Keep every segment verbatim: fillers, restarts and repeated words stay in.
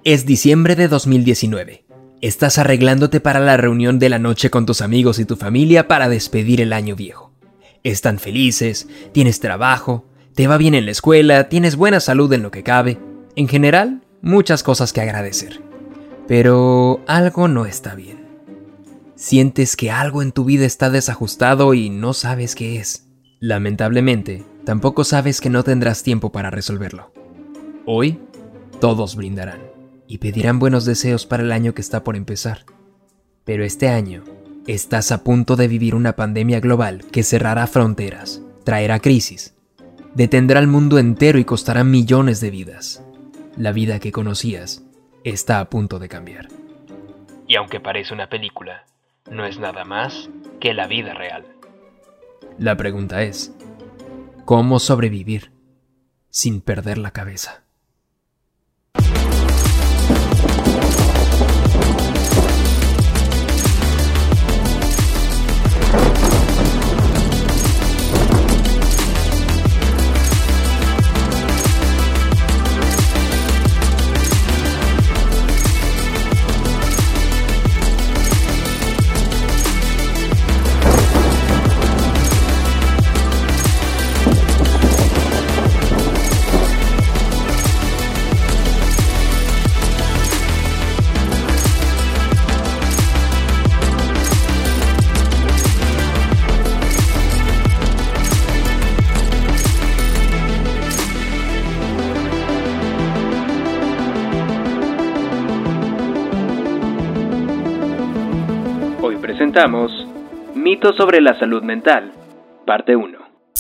Es diciembre de dos mil diecinueve. Estás arreglándote para la reunión de la noche con tus amigos y tu familia para despedir el año viejo. Están felices, tienes trabajo, te va bien en la escuela, tienes buena salud en lo que cabe. En general, muchas cosas que agradecer. Pero algo no está bien. Sientes que algo en tu vida está desajustado y no sabes qué es. Lamentablemente, tampoco sabes que no tendrás tiempo para resolverlo. Hoy, todos brindarán y pedirán buenos deseos para el año que está por empezar. Pero este año, estás a punto de vivir una pandemia global que cerrará fronteras, traerá crisis, detendrá al mundo entero y costará millones de vidas. La vida que conocías está a punto de cambiar. Y aunque parece una película, no es nada más que la vida real. La pregunta es, ¿cómo sobrevivir sin perder la cabeza? Presentamos Mitos sobre la salud mental, parte uno.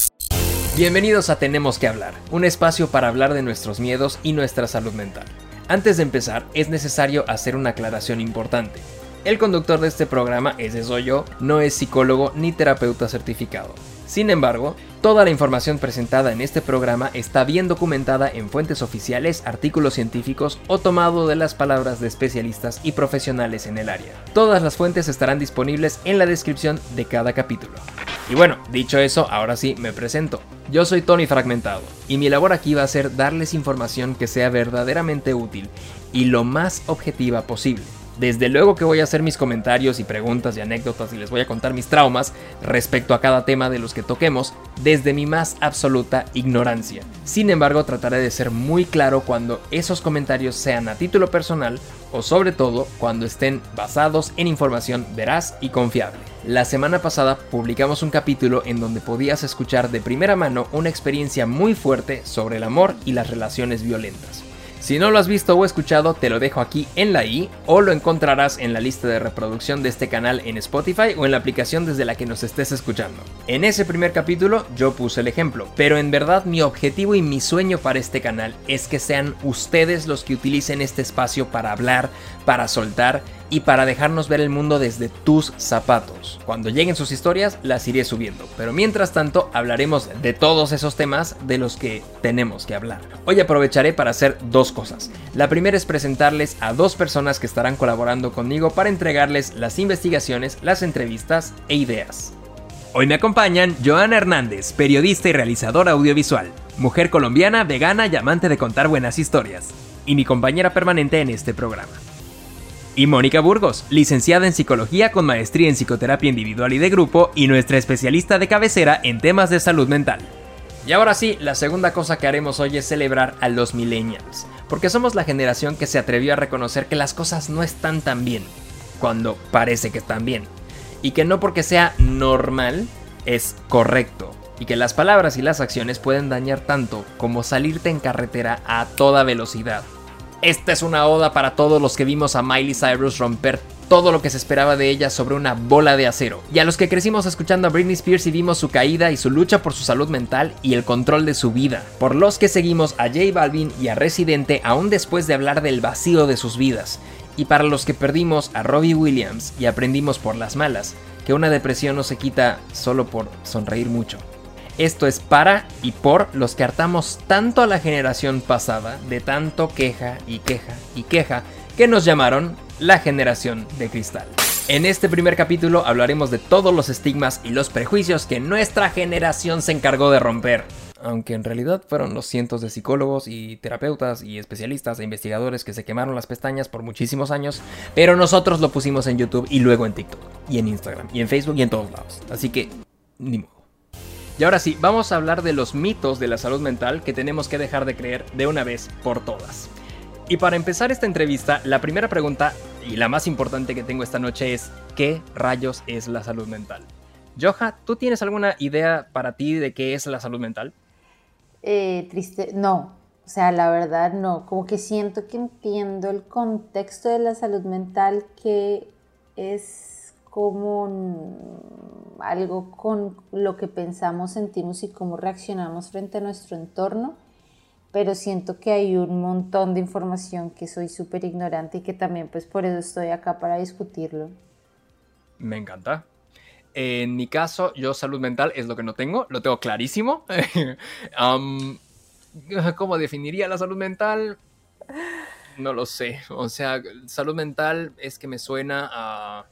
Bienvenidos a Tenemos que hablar, un espacio para hablar de nuestros miedos y nuestra salud mental. Antes de empezar, es necesario hacer una aclaración importante. El conductor de este programa, ese soy yo, no es psicólogo ni terapeuta certificado. Sin embargo, toda la información presentada en este programa está bien documentada en fuentes oficiales, artículos científicos o tomado de las palabras de especialistas y profesionales en el área. Todas las fuentes estarán disponibles en la descripción de cada capítulo. Y bueno, dicho eso, ahora sí me presento. Yo soy Tony Fragmentado y mi labor aquí va a ser darles información que sea verdaderamente útil y lo más objetiva posible. Desde luego que voy a hacer mis comentarios y preguntas y anécdotas y les voy a contar mis traumas respecto a cada tema de los que toquemos desde mi más absoluta ignorancia. Sin embargo, trataré de ser muy claro cuando esos comentarios sean a título personal o sobre todo cuando estén basados en información veraz y confiable. La semana pasada publicamos un capítulo en donde podías escuchar de primera mano una experiencia muy fuerte sobre el amor y las relaciones violentas. Si no lo has visto o escuchado, te lo dejo aquí en la i o lo encontrarás en la lista de reproducción de este canal en Spotify o en la aplicación desde la que nos estés escuchando. En ese primer capítulo yo puse el ejemplo, pero en verdad mi objetivo y mi sueño para este canal es que sean ustedes los que utilicen este espacio para hablar, para soltar y para dejarnos ver el mundo desde tus zapatos. Cuando lleguen sus historias las iré subiendo, pero mientras tanto hablaremos de todos esos temas de los que tenemos que hablar. Hoy aprovecharé para hacer dos cosas. La primera es presentarles a dos personas que estarán colaborando conmigo para entregarles las investigaciones, las entrevistas e ideas. Hoy me acompañan Joana Hernández, periodista y realizadora audiovisual, mujer colombiana, vegana y amante de contar buenas historias, y mi compañera permanente en este programa. Y Mónica Burgos, licenciada en Psicología con maestría en Psicoterapia Individual y de Grupo y nuestra especialista de cabecera en temas de salud mental. Y ahora sí, la segunda cosa que haremos hoy es celebrar a los millennials, porque somos la generación que se atrevió a reconocer que las cosas no están tan bien, cuando parece que están bien, y que no porque sea normal es correcto, y que las palabras y las acciones pueden dañar tanto como salirte en carretera a toda velocidad. Esta es una oda para todos los que vimos a Miley Cyrus romper todo lo que se esperaba de ella sobre una bola de acero, y a los que crecimos escuchando a Britney Spears y vimos su caída y su lucha por su salud mental y el control de su vida, por los que seguimos a J Balvin y a Residente aún después de hablar del vacío de sus vidas, y para los que perdimos a Robbie Williams y aprendimos por las malas que una depresión no se quita solo por sonreír mucho. Esto es para y por los que hartamos tanto a la generación pasada de tanto queja y queja y queja que nos llamaron la generación de cristal. En este primer capítulo hablaremos de todos los estigmas y los prejuicios que nuestra generación se encargó de romper. aunque en realidad fueron los cientos de psicólogos y terapeutas y especialistas e investigadores que se quemaron las pestañas por muchísimos años, pero nosotros lo pusimos en YouTube y luego en TikTok, y en Instagram, y en Facebook y en todos lados. Así que, ni modo. Y ahora sí, vamos a hablar de los mitos de la salud mental que tenemos que dejar de creer de una vez por todas. Y para empezar esta entrevista, la primera pregunta, y la más importante que tengo esta noche es, ¿qué rayos es la salud mental? Joha, ¿tú tienes alguna idea para ti de qué es la salud mental? Eh, triste, no, o sea, la verdad no, como que siento que entiendo el contexto de la salud mental, que es como mm, algo con lo que pensamos, sentimos y cómo reaccionamos frente a nuestro entorno, pero siento que hay un montón de información que soy súper ignorante y que también pues por eso estoy acá para discutirlo. Me encanta. En mi caso, yo salud mental es lo que no tengo, lo tengo clarísimo. um, ¿Cómo definiría la salud mental? No lo sé. O sea, salud mental es que me suena a...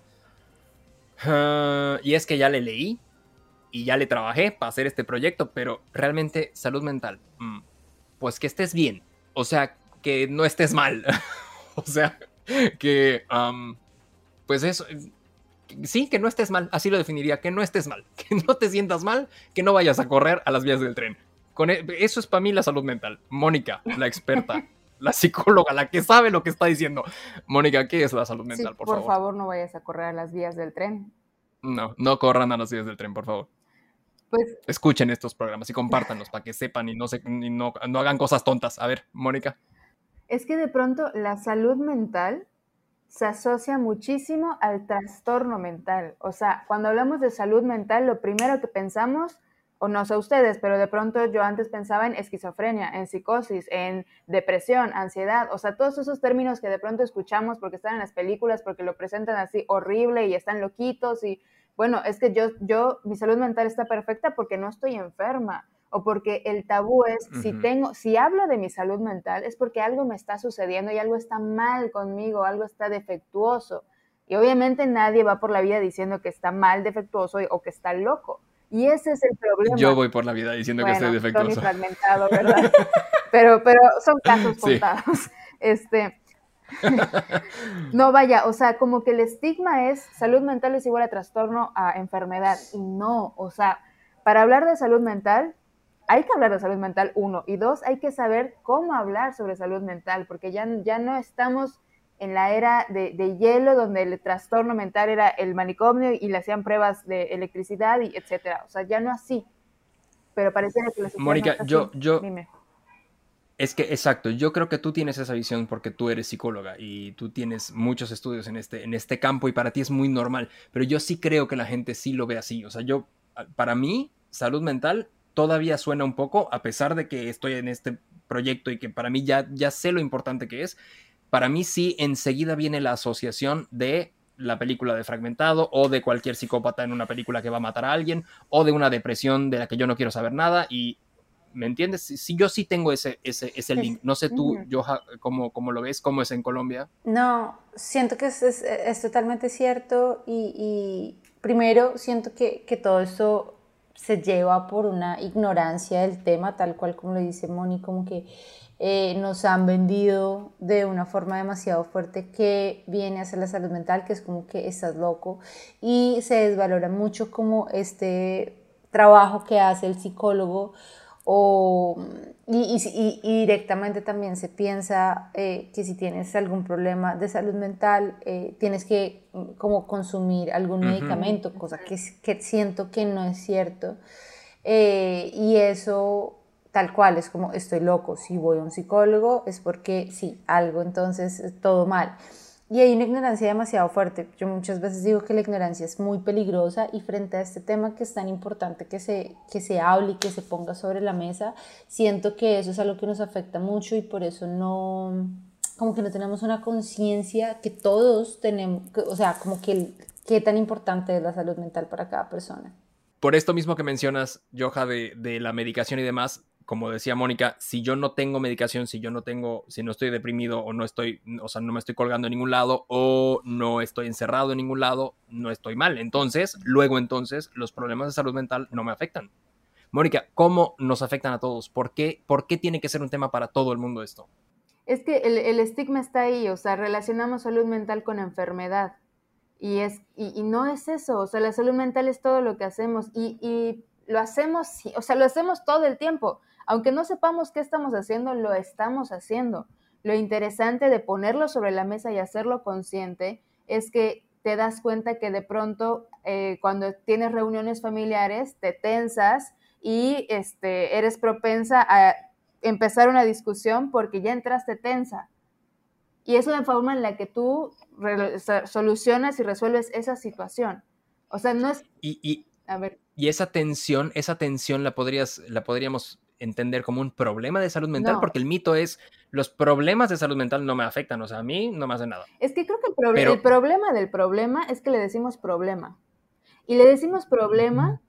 Uh, y es que ya le leí y ya le trabajé para hacer este proyecto, pero realmente salud mental, mm, pues que estés bien. O sea, que no estés mal. O sea, que... Um, pues eso... Sí, que no estés mal, así lo definiría, que no estés mal, que no te sientas mal, que no vayas a correr a las vías del tren. Con eso es para mí la salud mental. Mónica, la experta, la psicóloga, la que sabe lo que está diciendo. Mónica, ¿qué es la salud mental, sí, por, por favor? Por favor, no vayas a correr a las vías del tren. No, no corran a las vías del tren, por favor. Pues escuchen estos programas y compártanlos para que sepan y, no, se, y no, no hagan cosas tontas. A ver, Mónica. Es que de pronto la salud mental se asocia muchísimo al trastorno mental. O sea, cuando hablamos de salud mental, lo primero que pensamos, o no sé ustedes, pero de pronto yo antes pensaba en esquizofrenia, en psicosis, en depresión, ansiedad, o sea, todos esos términos que de pronto escuchamos porque están en las películas, porque lo presentan así horrible y están loquitos y, bueno, es que yo, yo, mi salud mental está perfecta porque no estoy enferma. O porque el tabú es, uh-huh. si tengo, si hablo de mi salud mental, es porque algo me está sucediendo y algo está mal conmigo, algo está defectuoso. Y obviamente nadie va por la vida diciendo que está mal, defectuoso o que está loco. Y ese es el problema. Yo voy por la vida diciendo bueno, que estoy defectuoso. Tony fragmentado, ¿verdad? pero, pero son casos contados. Sí. Este, no, vaya, o sea, como que el estigma es salud mental es igual a trastorno, a enfermedad. Y no, o sea, para hablar de salud mental, hay que hablar de salud mental, uno, y dos, hay que saber cómo hablar sobre salud mental, porque ya, ya no estamos en la era de, de hielo, donde el trastorno mental era el manicomio y le hacían pruebas de electricidad, y etcétera. O sea, ya no así. Pero parece que la Mónica, no yo, así. yo, Dime. Es que, exacto, yo creo que tú tienes esa visión porque tú eres psicóloga y tú tienes muchos estudios en este, en este campo y para ti es muy normal, pero yo sí creo que la gente sí lo ve así. O sea, yo, para mí, salud mental todavía suena un poco, a pesar de que estoy en este proyecto y que para mí ya, ya sé lo importante que es, para mí sí enseguida viene la asociación de la película de Fragmentado o de cualquier psicópata en una película que va a matar a alguien o de una depresión de la que yo no quiero saber nada y ¿me entiendes? Sí, yo sí tengo ese, ese, ese link. No sé tú, uh-huh. Joha, ¿cómo, cómo lo ves? ¿Cómo es en Colombia? No, siento que es, es, es totalmente cierto y, y primero siento que, que todo esto se lleva por una ignorancia del tema, tal cual como lo dice Moni, como que eh, nos han vendido de una forma demasiado fuerte que viene a ser la salud mental, que es como que estás loco, y se desvalora mucho como este trabajo que hace el psicólogo. O, y, y, y directamente también se piensa eh, que si tienes algún problema de salud mental eh, tienes que como consumir algún uh-huh. medicamento, cosa que, que siento que no es cierto eh, y eso tal cual es como estoy loco, si voy a un psicólogo es porque sí, algo entonces es todo mal. Y hay una ignorancia demasiado fuerte. Yo muchas veces digo que la ignorancia es muy peligrosa y frente a este tema que es tan importante que se, que se hable y que se ponga sobre la mesa, siento que eso es algo que nos afecta mucho y por eso no, como que no tenemos una conciencia que todos tenemos, que, o sea, como que qué tan importante es la salud mental para cada persona. Por esto mismo que mencionas, Joha, de, de la medicación y demás, como decía Mónica, si yo no tengo medicación, si yo no tengo, si no estoy deprimido o no estoy, o sea, no me estoy colgando en ningún lado o no estoy encerrado en ningún lado, no estoy mal. Entonces, luego entonces, los problemas de salud mental no me afectan. Mónica, ¿cómo nos afectan a todos? ¿Por qué, por qué tiene que ser un tema para todo el mundo esto? Es que el, el estigma está ahí, o sea, relacionamos salud mental con enfermedad. Y, es, y, y no es eso, o sea, la salud mental es todo lo que hacemos y, y lo hacemos, o sea, lo hacemos todo el tiempo. Aunque no sepamos qué estamos haciendo, lo estamos haciendo. Lo interesante de ponerlo sobre la mesa y hacerlo consciente es que te das cuenta que de pronto eh, cuando tienes reuniones familiares te tensas y este, eres propensa a empezar una discusión porque ya entraste tensa. Y es la forma en la que tú re- solucionas y resuelves esa situación. O sea, no es... Y, y, a ver. y esa tensión, esa tensión la, podrías, la podríamos entender como un problema de salud mental, No. porque el mito es, los problemas de salud mental no me afectan, o sea, a mí no me hacen nada. Es que creo que el, pro- Pero... el problema del problema es que le decimos problema. Y le decimos problema...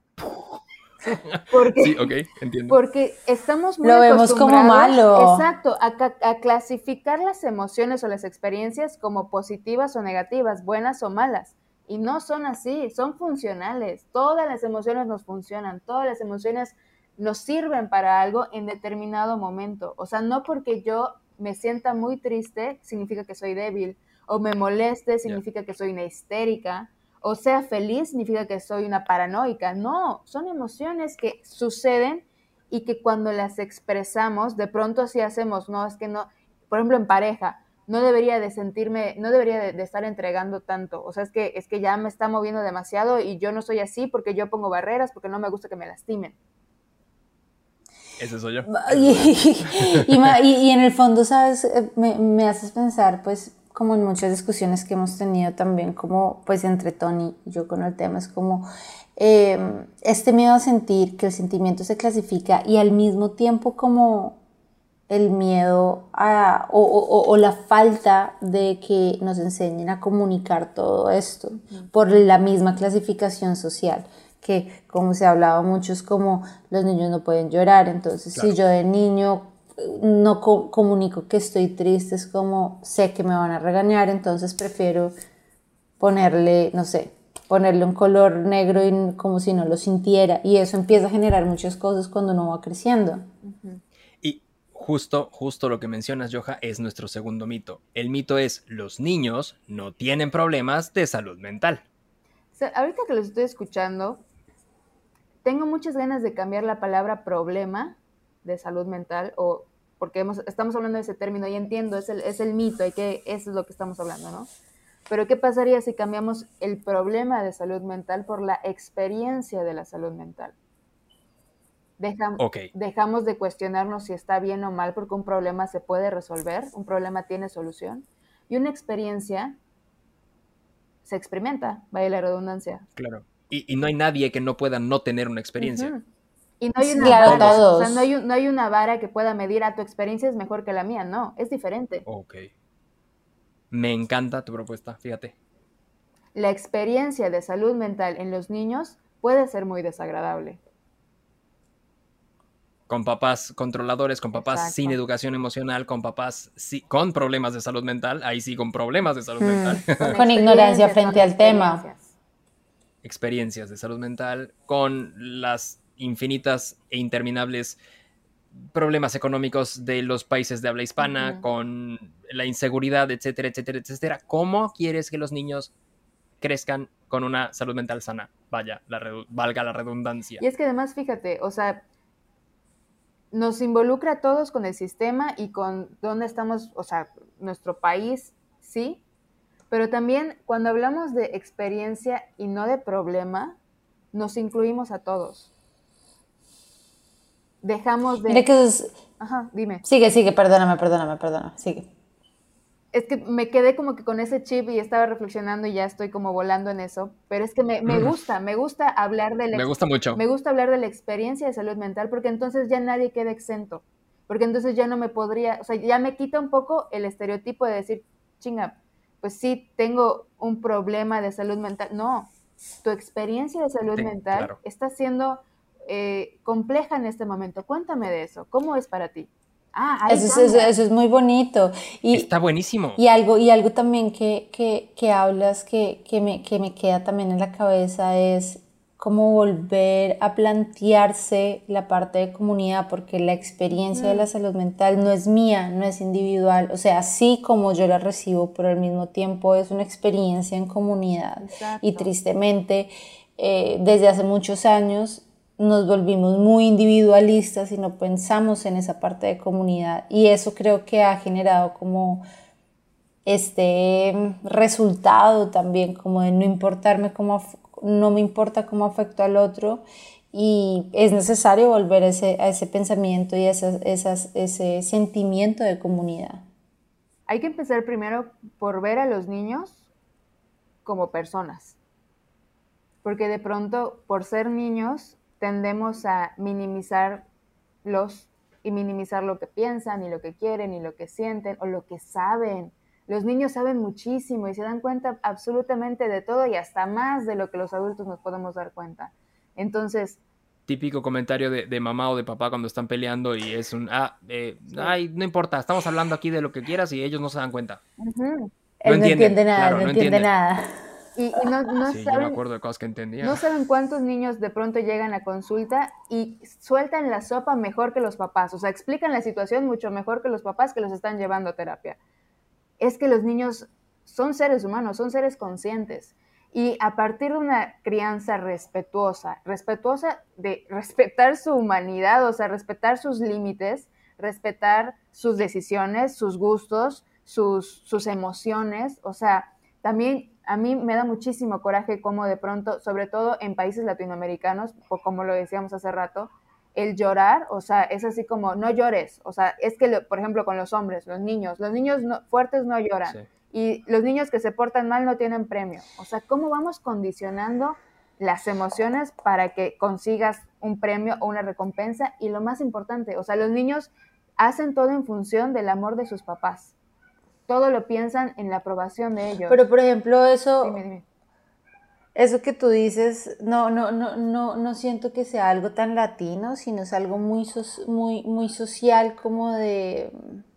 Porque, sí, ok, entiendo. Porque estamos muy lo vemos como malo. Exacto, a, a clasificar las emociones o las experiencias como positivas o negativas, buenas o malas. Y no son así, son funcionales. Todas las emociones nos funcionan, todas las emociones nos sirven para algo en determinado momento. O sea, no porque yo me sienta muy triste significa que soy débil, o me moleste significa yeah. que soy una histérica, o sea feliz significa que soy una paranoica. No, son emociones que suceden y que cuando las expresamos, de pronto sí hacemos, no, es que no, por ejemplo en pareja, no debería de sentirme, no debería de, de estar entregando tanto, o sea, es que, es que ya me está moviendo demasiado y yo no soy así porque yo pongo barreras, porque no me gusta que me lastimen. Ese soy yo. Y, y, y, y en el fondo, ¿sabes? Me, me haces pensar, pues, como en muchas discusiones que hemos tenido también, como, pues, entre Tony y yo con el tema, es como eh, este miedo a sentir, que el sentimiento se clasifica y al mismo tiempo como el miedo a, o, o, o la falta de que nos enseñen a comunicar todo esto uh-huh. por la misma clasificación social. Que como se ha hablado mucho es como los niños no pueden llorar, entonces claro. si yo de niño no co- comunico que estoy triste, es como sé que me van a regañar, entonces prefiero ponerle, no sé, ponerle un color negro y como si no lo sintiera, y eso empieza a generar muchas cosas cuando uno va creciendo. Uh-huh. Y justo, justo lo que mencionas, Joja, es nuestro segundo mito. El mito es, los niños no tienen problemas de salud mental. O sea, ahorita que los estoy escuchando, tengo muchas ganas de cambiar la palabra problema de salud mental, o porque hemos, estamos hablando de ese término y entiendo, es el, es el mito y que eso es lo que estamos hablando, ¿no? Pero ¿qué pasaría si cambiamos el problema de salud mental por la experiencia de la salud mental? Dejam, okay. Dejamos de cuestionarnos si está bien o mal porque un problema se puede resolver, un problema tiene solución, y una experiencia se experimenta, vaya la redundancia. Claro. Y, y no hay nadie que no pueda no tener una experiencia. Uh-huh. Y no hay una claro, vara, todos. O sea, no hay, no hay una vara que pueda medir a tu experiencia es mejor que la mía, no, es diferente. Ok. Me encanta tu propuesta, fíjate. La experiencia de salud mental en los niños puede ser muy desagradable. Con papás controladores, con papás Exacto. sin educación emocional, con papás sí, con problemas de salud mental, ahí sí con problemas de salud hmm. mental. Con, con ignorancia frente al tema. Experiencias de salud mental, con las infinitas e interminables problemas económicos de los países de habla hispana, uh-huh. con la inseguridad, etcétera, etcétera, etcétera. ¿Cómo quieres que los niños crezcan con una salud mental sana? Vaya, la redu- valga la redundancia. Y es que además, fíjate, o sea, nos involucra a todos con el sistema y con dónde estamos, o sea, nuestro país, sí, pero también cuando hablamos de experiencia y no de problema, nos incluimos a todos. Dejamos de... Mira que es... Ajá, dime. Sigue, sigue, perdóname, perdóname, perdóname, sigue. Es que me quedé como que con ese chip y estaba reflexionando y ya estoy como volando en eso, pero es que me, me gusta, me gusta hablar de la... Me gusta mucho. Me gusta hablar de la experiencia de salud mental porque entonces ya nadie queda exento, porque entonces ya no me podría, o sea, ya me quita un poco el estereotipo de decir, chinga, pues sí, tengo un problema de salud mental. No, tu experiencia de salud sí, mental claro. está siendo eh, compleja en este momento. Cuéntame de eso, ¿cómo es para ti? Ah, ahí eso, es, eso, eso es muy bonito. Y, está buenísimo. Y algo, y algo también que, que, que hablas que, que, me, que me queda también en la cabeza es como volver a plantearse la parte de comunidad, porque la experiencia de la salud mental no es mía, no es individual, o sea, así como yo la recibo, pero al mismo tiempo es una experiencia en comunidad. Exacto. Y tristemente, eh, desde hace muchos años nos volvimos muy individualistas y no pensamos en esa parte de comunidad, y eso creo que ha generado como este resultado también, como de no importarme cómo no me importa cómo afecto al otro, y es necesario volver a ese, a ese pensamiento y a esas, esas, ese sentimiento de comunidad. Hay que empezar primero por ver a los niños como personas, porque de pronto por ser niños tendemos a minimizarlos y minimizar lo que piensan y lo que quieren y lo que sienten o lo que saben. Los niños saben muchísimo y se dan cuenta absolutamente de todo y hasta más de lo que los adultos nos podemos dar cuenta. Entonces... Típico comentario de, de mamá o de papá cuando están peleando y es un, ah, eh, sí. ay, no importa, estamos hablando aquí de lo que quieras y ellos no se dan cuenta. Uh-huh. No, Él no entiende nada, claro, no, no entiende nada. Y, y no, no sí, saben, yo me acuerdo de cosas que entendía. No saben cuántos niños de pronto llegan a consulta y sueltan la sopa mejor que los papás. O sea, explican la situación mucho mejor que los papás que los están llevando a terapia. Es que los niños son seres humanos, son seres conscientes. Y a partir de una crianza respetuosa, respetuosa de respetar su humanidad, o sea, respetar sus límites, respetar sus decisiones, sus gustos, sus, sus emociones, o sea, también a mí me da muchísimo coraje cómo de pronto, sobre todo en países latinoamericanos, o como lo decíamos hace rato, el llorar, o sea, es así como, no llores, o sea, es que, lo, por ejemplo, con los hombres, los niños, los niños no, fuertes no lloran, sí. Y los niños que se portan mal no tienen premio, o sea, ¿cómo vamos condicionando las emociones para que consigas un premio o una recompensa? Y lo más importante, o sea, los niños hacen todo en función del amor de sus papás, todo lo piensan en la aprobación de ellos. Pero, por ejemplo, eso... Dime, dime. Eso que tú dices, no, no, no, no, no siento que sea algo tan latino, sino es algo muy, so, muy, muy social, como de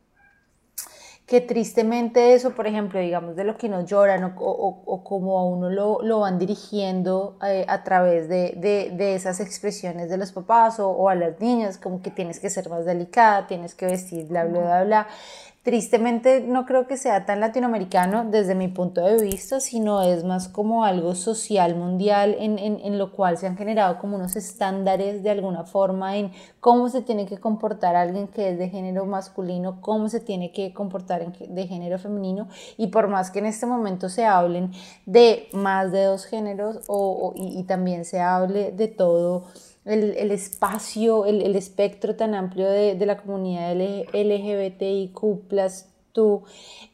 que tristemente eso, por ejemplo, digamos, de lo que nos lloran o, o, o como a uno lo, lo van dirigiendo eh, a través de, de, de esas expresiones de los papás o, o a las niñas, como que tienes que ser más delicada, tienes que vestir, bla, bla, bla, bla. Tristemente no creo que sea tan latinoamericano desde mi punto de vista, sino es más como algo social mundial en, en, en lo cual se han generado como unos estándares de alguna forma en cómo se tiene que comportar alguien que es de género masculino, cómo se tiene que comportar en, de género femenino, y por más que en este momento se hablen de más de dos géneros o, o, y, y también se hable de todo El, el espacio, el, el espectro tan amplio de, de la comunidad L G B T I Q plus, tú,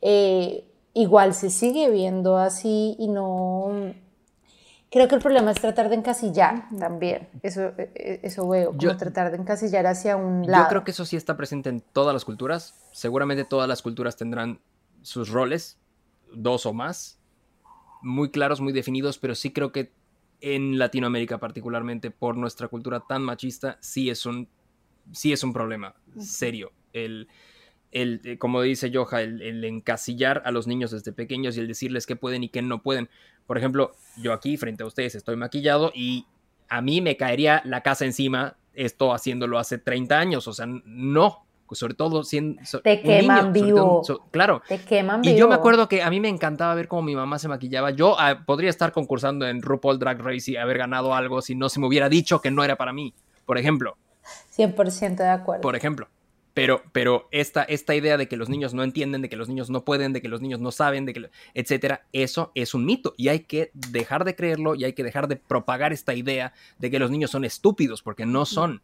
eh, igual se sigue viendo así y no... Creo que el problema es tratar de encasillar también, eso, eso veo, como yo, tratar de encasillar hacia un lado. Yo creo que eso sí está presente en todas las culturas, seguramente todas las culturas tendrán sus roles, dos o más, muy claros, muy definidos, pero sí creo que en Latinoamérica, particularmente por nuestra cultura tan machista, sí es un, sí es un problema serio. El, el, como dice Yoja, el, el encasillar a los niños desde pequeños y el decirles qué pueden y qué no pueden. Por ejemplo, yo aquí frente a ustedes estoy maquillado y a mí me caería la casa encima esto haciéndolo hace treinta años. O sea, no. Sobre todo siendo so, te queman niño, vivo todo, so, claro, te queman y vivo. Yo me acuerdo que a mí me encantaba ver cómo mi mamá se maquillaba. Yo uh, podría estar concursando en RuPaul Drag Race y haber ganado algo si no se me hubiera dicho que no era para mí, por ejemplo. cien por ciento de acuerdo. Por ejemplo. Pero, pero esta, esta idea de que los niños no entienden, de que los niños no pueden, de que los niños no saben, de que, etcétera, eso es un mito y hay que dejar de creerlo y hay que dejar de propagar esta idea de que los niños son estúpidos, porque no son.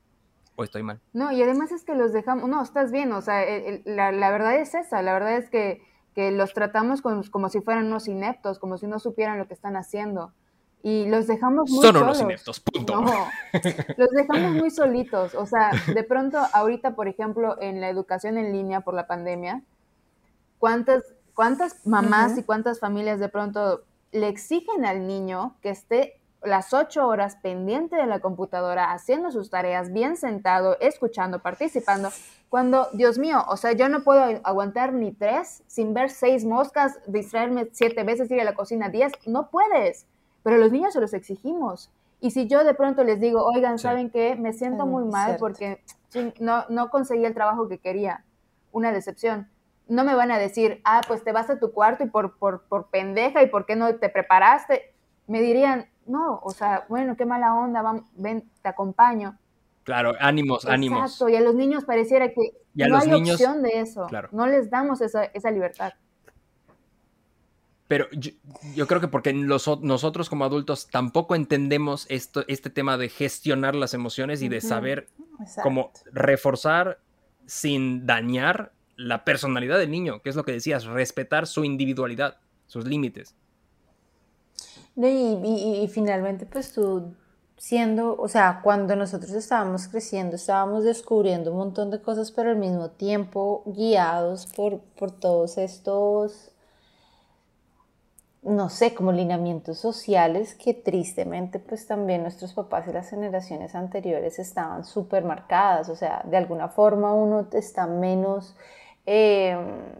¿O estoy mal? No, y además es que los dejamos, no, estás bien, o sea, el, el, la, la verdad es esa, la verdad es que, que los tratamos con, como si fueran unos ineptos, como si no supieran lo que están haciendo, y los dejamos muy Son solos. Son unos ineptos, punto. No, los dejamos muy solitos, o sea, de pronto ahorita, por ejemplo, en la educación en línea por la pandemia, ¿cuántas, cuántas mamás uh-huh. y cuántas familias de pronto le exigen al niño que esté las ocho horas pendiente de la computadora, haciendo sus tareas, bien sentado, escuchando, participando, cuando, Dios mío, o sea, yo no puedo aguantar ni tres sin ver seis moscas, distraerme siete veces, ir a la cocina diez, no puedes, pero los niños se los exigimos, Y si yo de pronto les digo, oigan, Sí. ¿saben qué? Me siento Mm, muy mal cierto. porque ching, no, no conseguí el trabajo que quería. Una decepción. No me van a decir, ah, pues te vas a tu cuarto y por, por, por pendeja y por qué no te preparaste. Me dirían, no, o sea, bueno, qué mala onda, vamos, ven, te acompaño. Claro, ánimos, ánimos. Exacto, y a los niños pareciera que Y a no los hay niños, opción de eso. claro. No les damos esa, esa libertad. Pero yo, yo creo que porque los, nosotros como adultos tampoco entendemos esto, este tema de gestionar las emociones y de Ujú. saber Exacto. cómo reforzar sin dañar la personalidad del niño, que es lo que decías, respetar su individualidad, sus límites. No, y, y- y finalmente, pues tú siendo, o sea, cuando nosotros estábamos creciendo, estábamos descubriendo un montón de cosas, pero al mismo tiempo guiados por, por todos estos, no sé, como lineamientos sociales que tristemente, pues también nuestros papás y las generaciones anteriores estaban súper marcadas. O sea, de alguna forma uno está menos eh,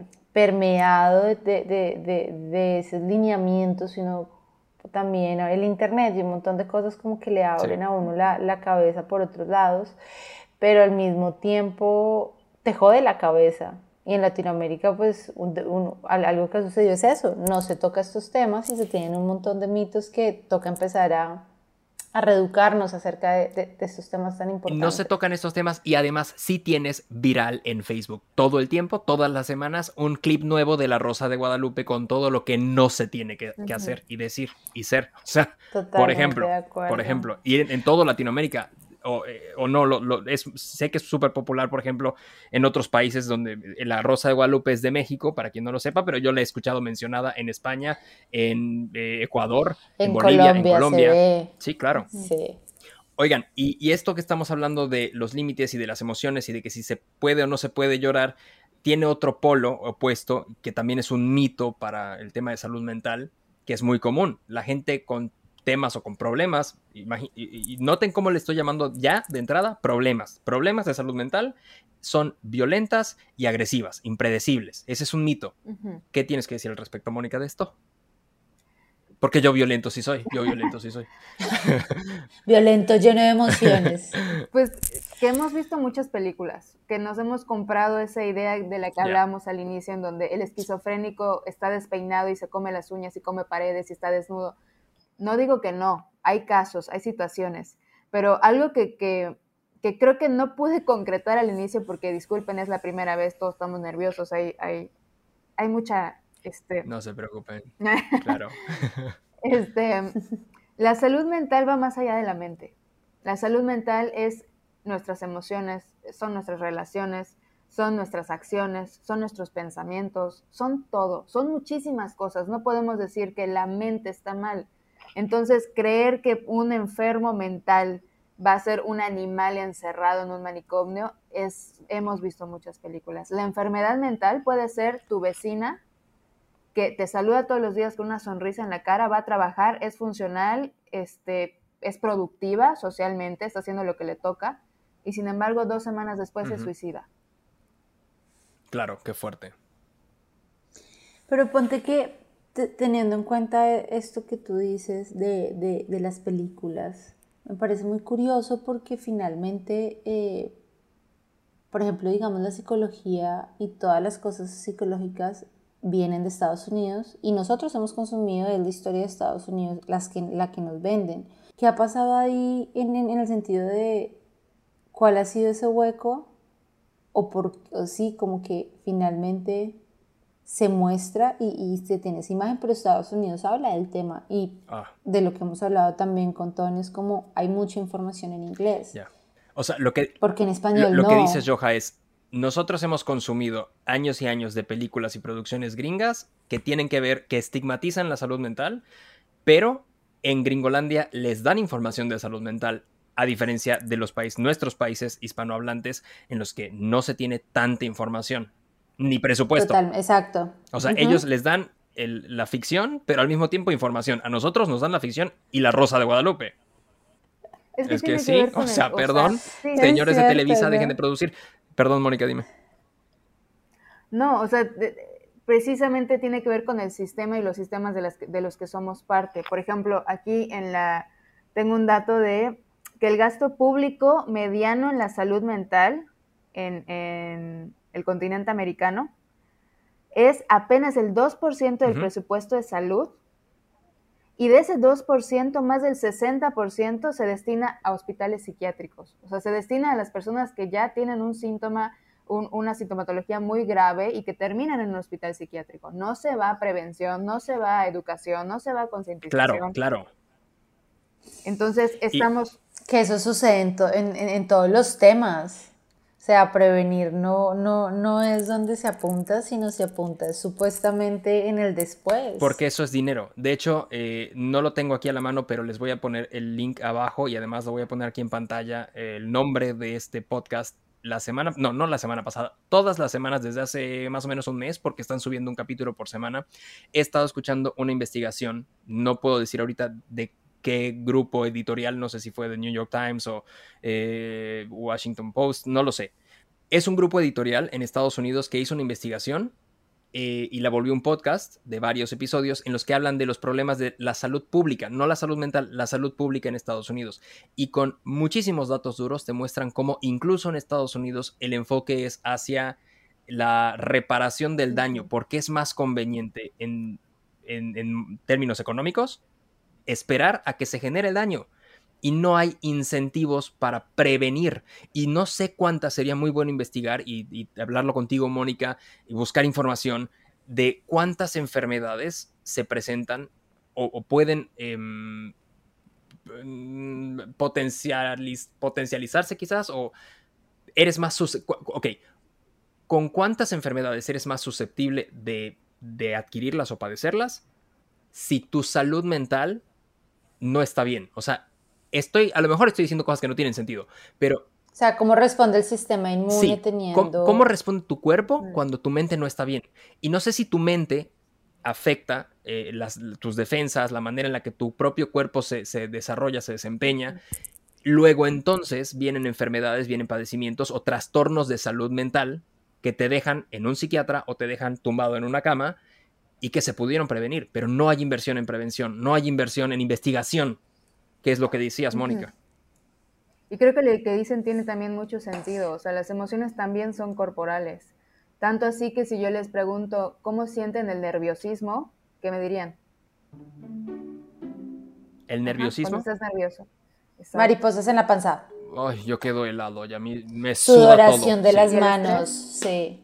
permeado de, de, de, de esos lineamientos, sino también el internet y un montón de cosas como que le abren Sí. a uno la, la cabeza por otros lados, pero al mismo tiempo te jode la cabeza. Y en Latinoamérica, pues, un, un, algo que sucedió es eso, no se toca estos temas y se tienen un montón de mitos que toca empezar a, a reeducarnos acerca de, de, de estos temas tan importantes. No se tocan estos temas y además sí tienes viral en Facebook todo el tiempo, todas las semanas, un clip nuevo de La Rosa de Guadalupe con todo lo que no se tiene que, que hacer y decir y ser. O sea, Totalmente por ejemplo, de acuerdo. por ejemplo, y en, en toda Latinoamérica, o, eh, o no, lo, lo, es, sé que es súper popular, por ejemplo, en otros países donde La Rosa de Guadalupe es de México, para quien no lo sepa, pero yo la he escuchado mencionada en España, en eh, Ecuador, en, En Bolivia, Colombia en Colombia. se ve. Sí, claro. Sí. Oigan, y, y esto que estamos hablando de los límites y de las emociones y de que si se puede o no se puede llorar, tiene otro polo opuesto que también es un mito para el tema de salud mental, que es muy común. La gente con temas o con problemas, y, y noten cómo le estoy llamando ya de entrada, problemas. Problemas de salud mental son violentas y agresivas, impredecibles. Ese es un mito. Uh-huh. ¿Qué tienes que decir al respecto, Mónica, de esto? Porque yo violento sí soy, yo violento sí soy. Violento, lleno de emociones. Pues que hemos visto muchas películas, que nos hemos comprado esa idea de la que yeah. hablábamos al inicio, en donde el esquizofrénico está despeinado y se come las uñas y come paredes y está desnudo. No digo que no, hay casos, hay situaciones, pero algo que, que, que creo que no pude concretar al inicio, porque disculpen, es la primera vez, todos estamos nerviosos, hay, hay, hay mucha... Este... No se preocupen, claro. Este, la salud mental va más allá de la mente. La salud mental es nuestras emociones, son nuestras relaciones, son nuestras acciones, son nuestros pensamientos, son todo, son muchísimas cosas. No podemos decir que la mente está mal. Entonces, creer que un enfermo mental va a ser un animal encerrado en un manicomio, es, hemos visto muchas películas. La enfermedad mental puede ser tu vecina, que te saluda todos los días con una sonrisa en la cara, va a trabajar, es funcional, este, es productiva socialmente, está haciendo lo que le toca, y sin embargo, dos semanas después uh-huh. se suicida. Claro, qué fuerte. Pero ponte que, t- teniendo en cuenta esto que tú dices de, de, de las películas, me parece muy curioso porque finalmente, eh, por ejemplo, digamos la psicología y todas las cosas psicológicas vienen de Estados Unidos y nosotros hemos consumido de la historia de Estados Unidos las que, la que nos venden. ¿Qué ha pasado ahí en, en, en el sentido de cuál ha sido ese hueco? O, por, o sí, como que finalmente se muestra y, y se tiene esa imagen, pero Estados Unidos habla del tema y ah. de lo que hemos hablado también con Tony es como hay mucha información en inglés. Yeah. O sea, lo que, porque en español lo, lo no. que dices, Joja, es nosotros hemos consumido años y años de películas y producciones gringas que tienen que ver, que estigmatizan la salud mental, pero en Gringolandia les dan información de salud mental, a diferencia de los países, nuestros países hispanohablantes, en los que no se tiene tanta información, ni presupuesto. Total, exacto. O sea, uh-huh. ellos les dan el, la ficción, pero al mismo tiempo información. A nosotros nos dan la ficción y La Rosa de Guadalupe. Es que, es que que sí, o sea, el, perdón, o sea, sí, señores cierto, de Televisa, ¿no? Dejen de producir. Perdón, Mónica, dime. No, o sea, de, precisamente tiene que ver con el sistema y los sistemas de, las, de los que somos parte. Por ejemplo, aquí en la, tengo un dato de que el gasto público mediano en la salud mental en, en el continente americano es apenas el dos por ciento del uh-huh. presupuesto de salud, y de ese dos por ciento, más del sesenta por ciento se destina a hospitales psiquiátricos. O sea, se destina a las personas que ya tienen un síntoma, un, una sintomatología muy grave y que terminan en un hospital psiquiátrico. No se va a prevención, no se va a educación, no se va a concientización. Claro, claro. Entonces, estamos... Y que eso sucede en, to, en, en, en todos los temas. O sea, prevenir no, no, no es donde se apunta, sino se apunta supuestamente en el después. Porque eso es dinero. De hecho, eh, no lo tengo aquí a la mano, pero les voy a poner el link abajo y además lo voy a poner aquí en pantalla, eh, el nombre de este podcast. La semana, no, no la semana pasada, todas las semanas desde hace más o menos un mes, porque están subiendo un capítulo por semana, he estado escuchando una investigación, no puedo decir ahorita de qué grupo editorial, no sé si fue de New York Times o eh, Washington Post, no lo sé. Es un grupo editorial en Estados Unidos que hizo una investigación eh, y la volvió un podcast de varios episodios en los que hablan de los problemas de la salud pública, no la salud mental, la salud pública en Estados Unidos. Y con muchísimos datos duros te muestran cómo incluso en Estados Unidos el enfoque es hacia la reparación del daño, porque es más conveniente en, en, en términos económicos esperar a que se genere el daño. Y no hay incentivos para prevenir. Y no sé cuántas, sería muy bueno investigar y, y hablarlo contigo, Mónica, y buscar información de cuántas enfermedades se presentan o, o pueden eh, potencializ, potencializarse quizás, o eres más susceptible. Ok, ¿con cuántas enfermedades eres más susceptible de, de adquirirlas o padecerlas si tu salud mental no está bien? O sea, estoy, a lo mejor estoy diciendo cosas que no tienen sentido, pero... O sea, ¿cómo responde el sistema inmune sí, teniendo...? ¿cómo, ¿Cómo responde tu cuerpo mm. cuando tu mente no está bien? Y no sé si tu mente afecta eh, las, tus defensas, la manera en la que tu propio cuerpo se, se desarrolla, se desempeña. Luego, entonces, vienen enfermedades, vienen padecimientos o trastornos de salud mental que te dejan en un psiquiatra o te dejan tumbado en una cama y que se pudieron prevenir, pero no hay inversión en prevención, no hay inversión en investigación, que es lo que decías, Mónica. Y creo que lo que dicen tiene también mucho sentido. O sea, las emociones también son corporales. Tanto así que si yo les pregunto cómo sienten el nerviosismo, ¿qué me dirían? ¿El nerviosismo? Ajá, cuando estás nervioso. Exacto. Mariposas en la panza. Ay, yo quedo helado, y a mí me suda todo. Sudoración de sí. las manos, sí.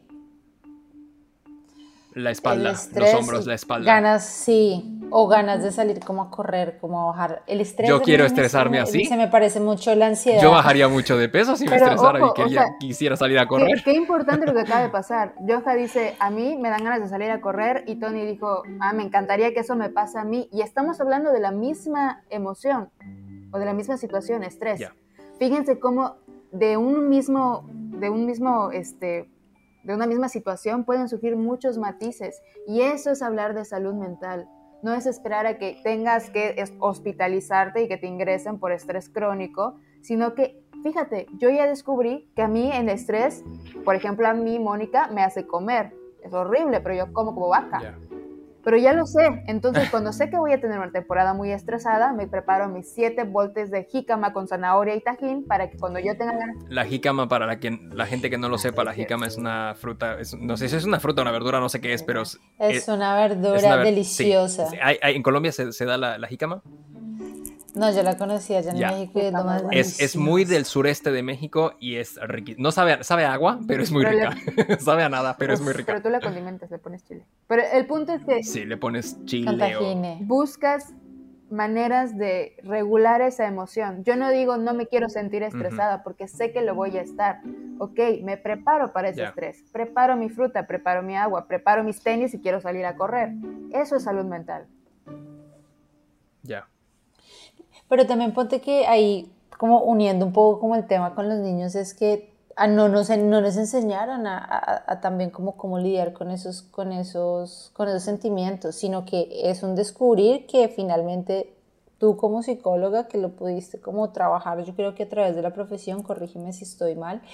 La espalda, estrés, los hombros, la espalda. Ganas, sí, o ganas de salir como a correr, como a bajar. El estrés. Yo quiero estresarme así. Se me parece mucho la ansiedad. Yo bajaría mucho de peso si me Pero, estresara ojo, y quería, o sea, quisiera salir a correr. Qué, qué importante lo que acaba de pasar. Joja dice, a mí me dan ganas de salir a correr, y Tony dijo, ah, me encantaría que eso me pase a mí. Y estamos hablando de la misma emoción o de la misma situación, estrés. Yeah. Fíjense cómo de un mismo, de un mismo, este... de una misma situación pueden surgir muchos matices, y eso es hablar de salud mental. No es esperar a que tengas que hospitalizarte y que te ingresen por estrés crónico, sino que, fíjate, yo ya descubrí que a mí el estrés, por ejemplo a mí, Mónica, me hace comer. Es horrible, pero yo como como vaca. Yeah. Pero ya lo sé, entonces cuando sé que voy a tener una temporada muy estresada, me preparo mis siete botes de jícama con zanahoria y tajín para que cuando yo tenga ganas... La jícama, para la, que, la gente que no lo sepa, la jícama es una fruta, es, no sé si es una fruta o una verdura, no sé qué es, pero... Es, es una verdura es una ver, deliciosa. Sí, sí. ¿Hay, hay, ¿En Colombia se, se da la, la jícama? No, yo la conocí allá en yeah. México y es lo más es, es muy del sureste de México y es riquísima. No sabe, sabe a agua, pero es muy pero rica. Le... sabe a nada, pero Uf, es muy rica. Pero tú la condimentas, le pones chile. Pero el punto es que... Sí, le pones chile o... Buscas maneras de regular esa emoción. Yo no digo no me quiero sentir estresada uh-huh. porque sé que lo voy a estar. Ok, me preparo para ese yeah. estrés. Preparo mi fruta, preparo mi agua, preparo mis tenis y quiero salir a correr. Eso es salud mental. Ya. Yeah. Pero también ponte que ahí, como uniendo un poco como el tema con los niños, es que a no, nos, no nos enseñaron a, a, a también como cómo lidiar con esos, con, esos, con esos sentimientos, sino que es un descubrir que finalmente tú como psicóloga, que lo pudiste como trabajar, yo creo que a través de la profesión, corrígeme si estoy mal,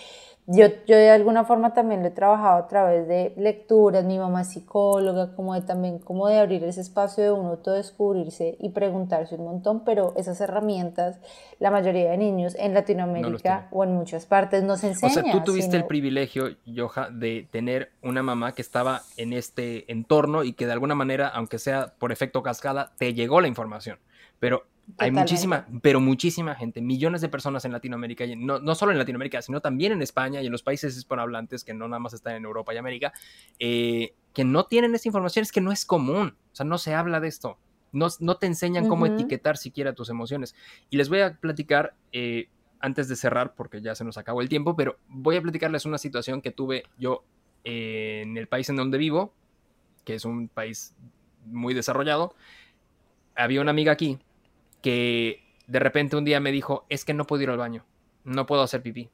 Yo, yo de alguna forma también lo he trabajado a través de lecturas, mi mamá es psicóloga, como de también como de abrir ese espacio de uno autodescubrirse y preguntarse un montón, pero esas herramientas la mayoría de niños en Latinoamérica no o en muchas partes no se enseñan. O sea, tú tuviste sino... el privilegio, Yoja, de tener una mamá que estaba en este entorno y que de alguna manera, aunque sea por efecto cascada, te llegó la información, pero... Hay Totalmente. muchísima, pero muchísima gente, millones de personas en Latinoamérica, y no, no solo en Latinoamérica, sino también en España y en los países hispanohablantes, que no nada más están en Europa y América, eh, que no tienen esta información, es que no es común, o sea, no se habla de esto, no, no te enseñan uh-huh. cómo etiquetar siquiera tus emociones. Y les voy a platicar, eh, antes de cerrar, porque ya se nos acabó el tiempo, pero voy a platicarles una situación que tuve yo eh, en el país en donde vivo, que es un país muy desarrollado. Había una amiga aquí que de repente un día me dijo, es que no puedo ir al baño, no puedo hacer pipí.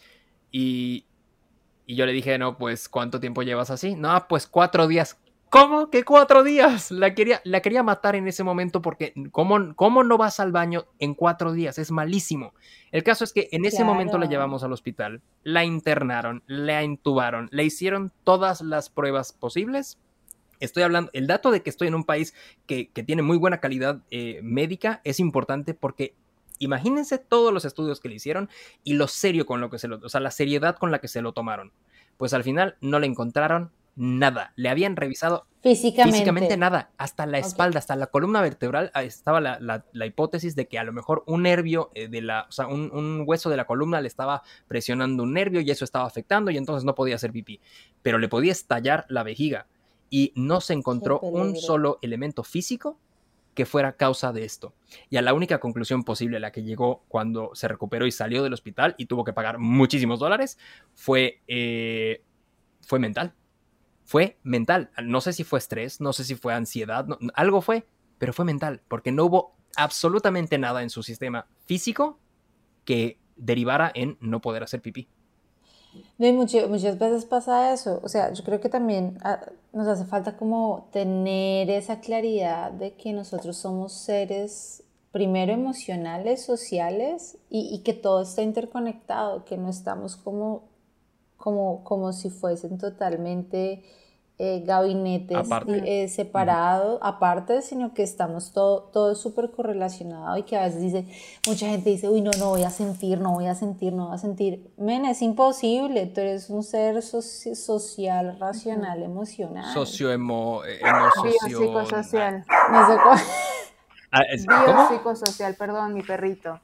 Y, y yo le dije, no, pues, ¿cuánto tiempo llevas así? No, pues cuatro días. ¿Cómo que cuatro días? La quería, la quería matar en ese momento porque ¿cómo, ¿cómo no vas al baño en cuatro días? Es malísimo. El caso es que en ese claro. momento la llevamos al hospital, la internaron, la intubaron, le hicieron todas las pruebas posibles. Estoy hablando, el dato de que estoy en un país que, que tiene muy buena calidad eh, médica es importante porque imagínense todos los estudios que le hicieron y lo serio con lo que se lo, o sea, la seriedad con la que se lo tomaron. Pues al final no le encontraron nada, le habían revisado físicamente, físicamente nada, hasta la okay. espalda, hasta la columna vertebral, estaba la, la, la hipótesis de que a lo mejor un nervio eh, de la, o sea, un, un hueso de la columna le estaba presionando un nervio y eso estaba afectando y entonces no podía hacer pipí, pero le podía estallar la vejiga. Y no se encontró un solo elemento físico que fuera causa de esto. Y a la única conclusión posible a la que llegó cuando se recuperó y salió del hospital y tuvo que pagar muchísimos dólares fue, eh, fue mental. Fue mental. No sé si fue estrés, no sé si fue ansiedad, no, algo fue, pero fue mental, porque no hubo absolutamente nada en su sistema físico que derivara en no poder hacer pipí. No, y mucho, muchas veces pasa eso, o sea, yo creo que también ah, nos hace falta como tener esa claridad de que nosotros somos seres primero emocionales, sociales y, y que todo está interconectado, que no estamos como, como, como si fuesen totalmente eh, gabinetes eh, separados, uh-huh. aparte, sino que estamos todo, todo súper correlacionado y que a veces dice, mucha gente dice, uy, no, no voy a sentir, no voy a sentir, no voy a sentir. Men, es imposible, tú eres un ser soci- social, racional, uh-huh. emocional. Socio-emo... Eh, emo, socio... Biopsicosocial. No sé cómo. Ah, es, Biopsicosocial, perdón, mi perrito.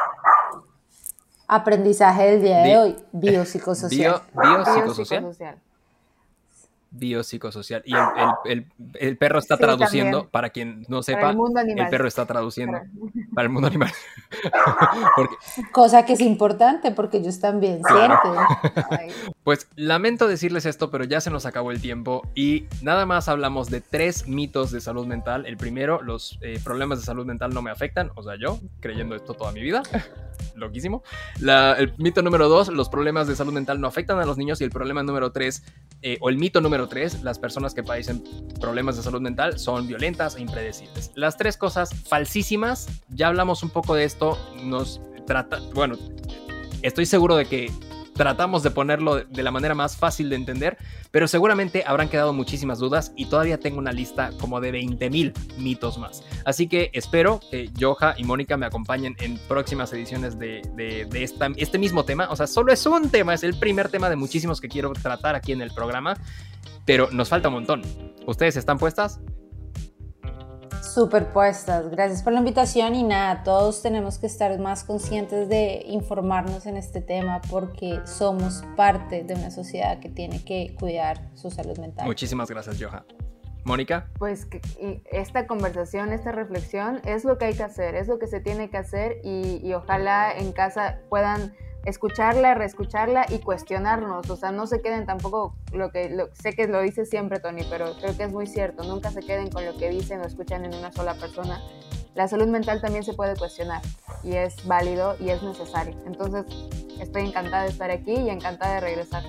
Aprendizaje del día de Bi- hoy, biopsicosocial. Bio, biopsicosocial. biopsicosocial. Biopsicosocial. Y el, el, el, el perro está sí, traduciendo, también. Para quien no sepa, para el, mundo animal. El perro está traduciendo para, para el mundo animal. porque... Cosa que es importante porque ellos también claro. sienten. Pues lamento decirles esto, pero ya se nos acabó el tiempo y nada más hablamos de tres mitos de salud mental. El primero, los eh, problemas de salud mental no me afectan, o sea, yo creyendo esto toda mi vida. Loquísimo. La, el mito número dos, los problemas de salud mental no afectan a los niños. Y el problema número tres, eh, o el mito número tres, las personas que padecen problemas de salud mental son violentas e impredecibles. Las tres cosas falsísimas, ya hablamos un poco de esto, nos trata, bueno, estoy seguro de que tratamos de ponerlo de la manera más fácil de entender, pero seguramente habrán quedado muchísimas dudas y todavía tengo una lista como de veinte mil mitos más. Así que espero que Yoja y Mónica me acompañen en próximas ediciones de, de, de esta, este mismo tema. O sea, solo es un tema, es el primer tema de muchísimos que quiero tratar aquí en el programa, pero nos falta un montón. ¿Ustedes están puestas? Superpuestas, gracias por la invitación y nada, todos tenemos que estar más conscientes de informarnos en este tema porque somos parte de una sociedad que tiene que cuidar su salud mental. Muchísimas gracias, Yoja. Mónica. Pues que esta conversación, esta reflexión es lo que hay que hacer, es lo que se tiene que hacer y, y ojalá en casa puedan escucharla, reescucharla y cuestionarnos, o sea, no se queden tampoco, lo que lo, sé que lo dices siempre, Tony, pero creo que es muy cierto, nunca se queden con lo que dicen o escuchan en una sola persona. La salud mental también se puede cuestionar y es válido y es necesario. Entonces, estoy encantada de estar aquí y encantada de regresar.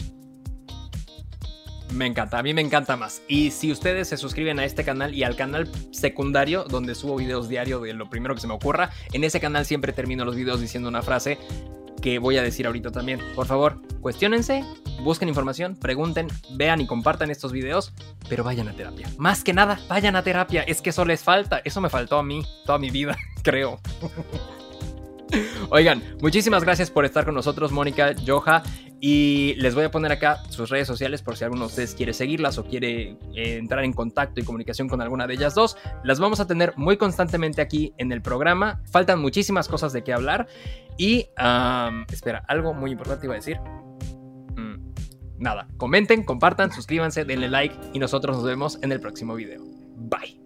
Me encanta, a mí me encanta más. Y si ustedes se suscriben a este canal y al canal secundario, donde subo videos diario de lo primero que se me ocurra, en ese canal siempre termino los videos diciendo una frase que voy a decir ahorita también. Por favor, cuestiónense, busquen información, pregunten, vean y compartan estos videos, pero vayan a terapia. Más que nada, vayan a terapia. Es que eso les falta. Eso me faltó a mí toda mi vida, creo. Oigan, muchísimas gracias por estar con nosotros, Mónica, Joha, y les voy a poner acá sus redes sociales por si alguno de ustedes quiere seguirlas o quiere eh, entrar en contacto y comunicación con alguna de ellas dos. Las vamos a tener muy constantemente aquí en el programa. Faltan muchísimas cosas de qué hablar y um, espera, algo muy importante iba a decir. Mm, nada, comenten, compartan, suscríbanse, denle like y nosotros nos vemos en el próximo video. Bye.